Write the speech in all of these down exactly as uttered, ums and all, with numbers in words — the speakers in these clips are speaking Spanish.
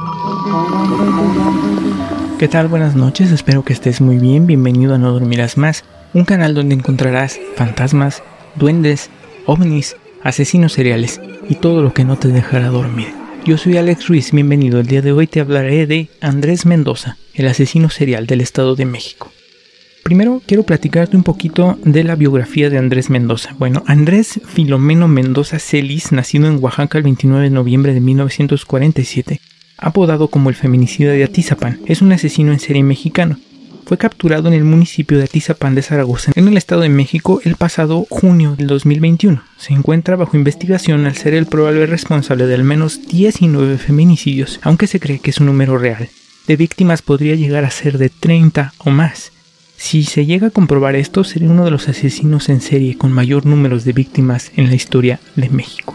¿Qué tal? Buenas noches, espero que estés muy bien. Bienvenido a No Dormirás Más, un canal donde encontrarás fantasmas, duendes, ovnis, asesinos seriales y todo lo que no te dejará dormir. Yo soy Alex Ruiz, bienvenido. El día de hoy te hablaré de Andrés Mendoza, el asesino serial del Estado de México. Primero quiero platicarte un poquito de la biografía de Andrés Mendoza. Bueno, Andrés Filomeno Mendoza Celis, nacido en Oaxaca el veintinueve de noviembre de mil novecientos cuarenta y siete, apodado como el feminicida de Atizapán, es un asesino en serie mexicano. Fue capturado en el municipio de Atizapán de Zaragoza, en el Estado de México, el pasado junio del dos mil veintiuno. Se encuentra bajo investigación al ser el probable responsable de al menos diecinueve feminicidios, aunque se cree que es un número real. De víctimas podría llegar a ser de treinta o más. Si se llega a comprobar esto, sería uno de los asesinos en serie con mayor número de víctimas en la historia de México.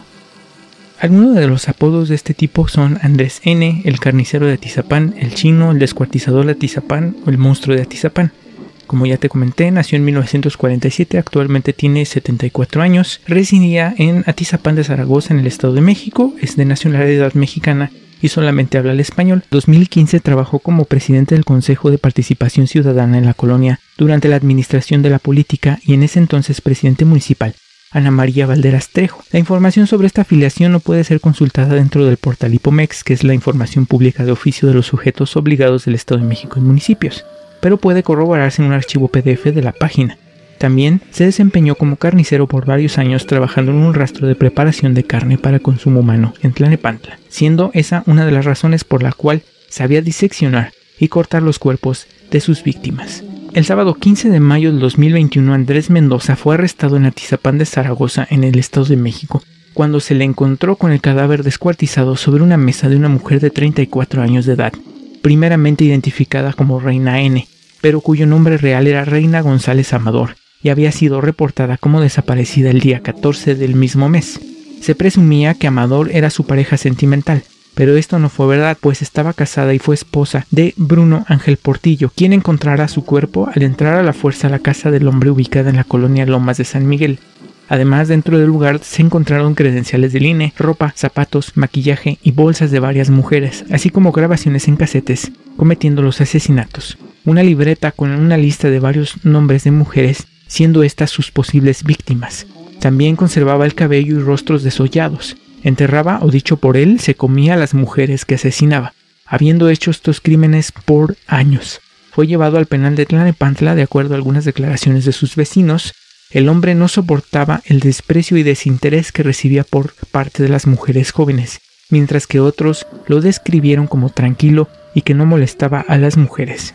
Algunos de los apodos de este tipo son Andrés N, el carnicero de Atizapán, el chino, el descuartizador de Atizapán o el monstruo de Atizapán. Como ya te comenté, nació en mil novecientos cuarenta y siete, actualmente tiene setenta y cuatro años, residía en Atizapán de Zaragoza en el Estado de México, es de nacionalidad mexicana y solamente habla el español. En dos mil quince trabajó como presidente del Consejo de Participación Ciudadana en la colonia durante la administración de la política y en ese entonces presidente municipal, Ana María Valderas Trejo. La información sobre esta afiliación no puede ser consultada dentro del portal IPOMEX, que es la información pública de oficio de los sujetos obligados del Estado de México y municipios, pero puede corroborarse en un archivo P D F de la página. También se desempeñó como carnicero por varios años trabajando en un rastro de preparación de carne para consumo humano en Tlalnepantla, siendo esa una de las razones por la cual sabía diseccionar y cortar los cuerpos de sus víctimas. El sábado quince de mayo del dos mil veintiuno, Andrés Mendoza fue arrestado en Atizapán de Zaragoza, en el Estado de México, cuando se le encontró con el cadáver descuartizado sobre una mesa de una mujer de treinta y cuatro años de edad, primeramente identificada como Reina N, pero cuyo nombre real era Reina González Amador, y había sido reportada como desaparecida el día catorce del mismo mes. Se presumía que Amador era su pareja sentimental, pero esto no fue verdad, pues estaba casada y fue esposa de Bruno Ángel Portillo, quien encontrara su cuerpo al entrar a la fuerza a la casa del hombre ubicada en la colonia Lomas de San Miguel. Además, dentro del lugar se encontraron credenciales del I N E, ropa, zapatos, maquillaje y bolsas de varias mujeres, así como grabaciones en casetes cometiendo los asesinatos. Una libreta con una lista de varios nombres de mujeres, siendo estas sus posibles víctimas. También conservaba el cabello y rostros desollados. Enterraba, o dicho por él, se comía a las mujeres que asesinaba, habiendo hecho estos crímenes por años. Fue llevado al penal de Tlalnepantla. De acuerdo a algunas declaraciones de sus vecinos, el hombre no soportaba el desprecio y desinterés que recibía por parte de las mujeres jóvenes, mientras que otros lo describieron como tranquilo y que no molestaba a las mujeres.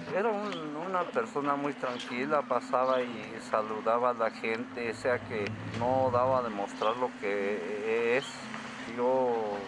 Persona muy tranquila, pasaba y saludaba a la gente, o sea que no daba a demostrar lo que es. Yo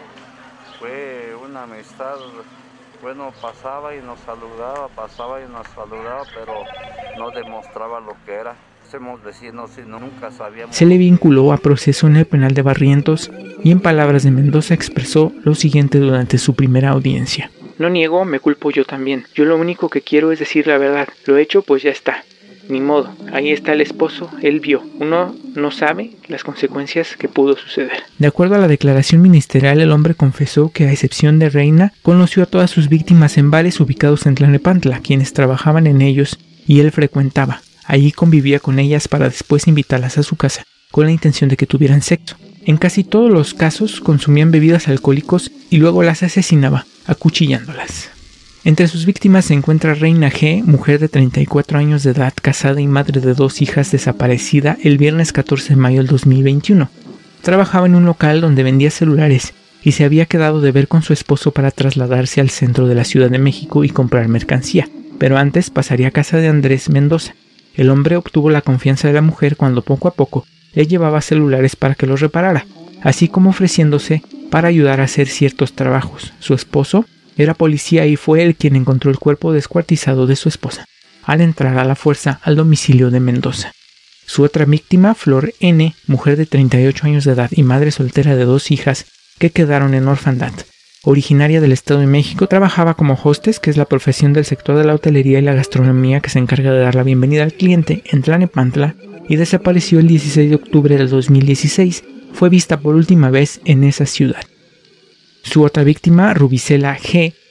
fue una amistad, bueno, pasaba y nos saludaba, pasaba y nos saludaba, pero no demostraba lo que era. Somos vecinos y nunca sabíamos. Se le vinculó a proceso en el penal de Barrientos y en palabras de Mendoza expresó lo siguiente durante su primera audiencia. No niego, me culpo yo también. Yo lo único que quiero es decir la verdad. Lo hecho, pues ya está. Ni modo. Ahí está el esposo, él vio. Uno no sabe las consecuencias que pudo suceder. De acuerdo a la declaración ministerial, el hombre confesó que, a excepción de Reina, conoció a todas sus víctimas en bares ubicados en Tlalnepantla, quienes trabajaban en ellos y él frecuentaba. Allí convivía con ellas para después invitarlas a su casa, con la intención de que tuvieran sexo. En casi todos los casos consumían bebidas alcohólicos y luego las asesinaba, acuchillándolas. Entre sus víctimas se encuentra Reina G, mujer de treinta y cuatro años de edad, casada y madre de dos hijas, desaparecida el viernes catorce de mayo del dos mil veintiuno. Trabajaba en un local donde vendía celulares y se había quedado de ver con su esposo para trasladarse al centro de la Ciudad de México y comprar mercancía, pero antes pasaría a casa de Andrés Mendoza. El hombre obtuvo la confianza de la mujer cuando poco a poco le llevaba celulares para que los reparara, así como ofreciéndose para ayudar a hacer ciertos trabajos. Su esposo era policía y fue él quien encontró el cuerpo descuartizado de su esposa al entrar a la fuerza al domicilio de Mendoza. Su otra víctima, Flor N, mujer de treinta y ocho años de edad y madre soltera de dos hijas que quedaron en orfandad. Originaria del Estado de México, trabajaba como hostess, que es la profesión del sector de la hotelería y la gastronomía que se encarga de dar la bienvenida al cliente en Tlalnepantla, y desapareció el dieciséis de octubre del dos mil dieciséis. Fue vista por última vez en esa ciudad. Su otra víctima, Rubicela G,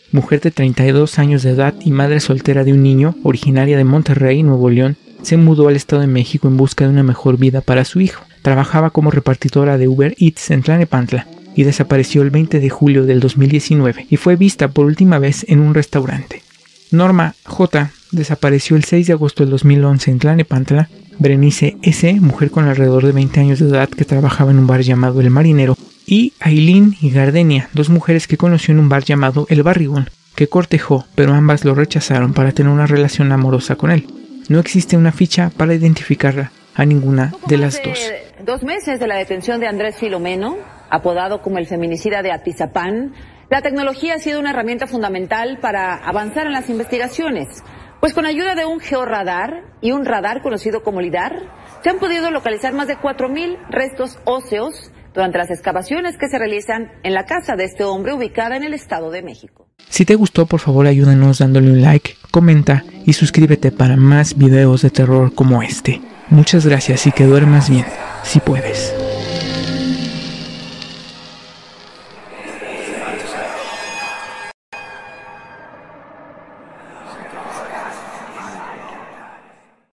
mujer de treinta y dos años de edad y madre soltera de un niño, originaria de Monterrey, Nuevo León, se mudó al Estado de México en busca de una mejor vida para su hijo. Trabajaba como repartidora de Uber Eats en Tlalnepantla y desapareció el veinte de julio del dos mil diecinueve y fue vista por última vez en un restaurante. Norma J. desapareció el seis de agosto del dos mil once en Tlalnepantla. Berenice S., mujer con alrededor de veinte años de edad que trabajaba en un bar llamado El Marinero, y Aileen y Gardenia, dos mujeres que conoció en un bar llamado El Barrigón, que cortejó, pero ambas lo rechazaron para tener una relación amorosa con él. No existe una ficha para identificarla a ninguna de las dos. Dos meses de la detención de Andrés Filomeno, apodado como el feminicida de Atizapán, la tecnología ha sido una herramienta fundamental para avanzar en las investigaciones. Pues con ayuda de un georradar y un radar conocido como LIDAR, se han podido localizar más de cuatro mil restos óseos durante las excavaciones que se realizan en la casa de este hombre ubicada en el Estado de México. Si te gustó, por favor ayúdanos dándole un like, comenta y suscríbete para más videos de terror como este. Muchas gracias y que duermas bien, si puedes.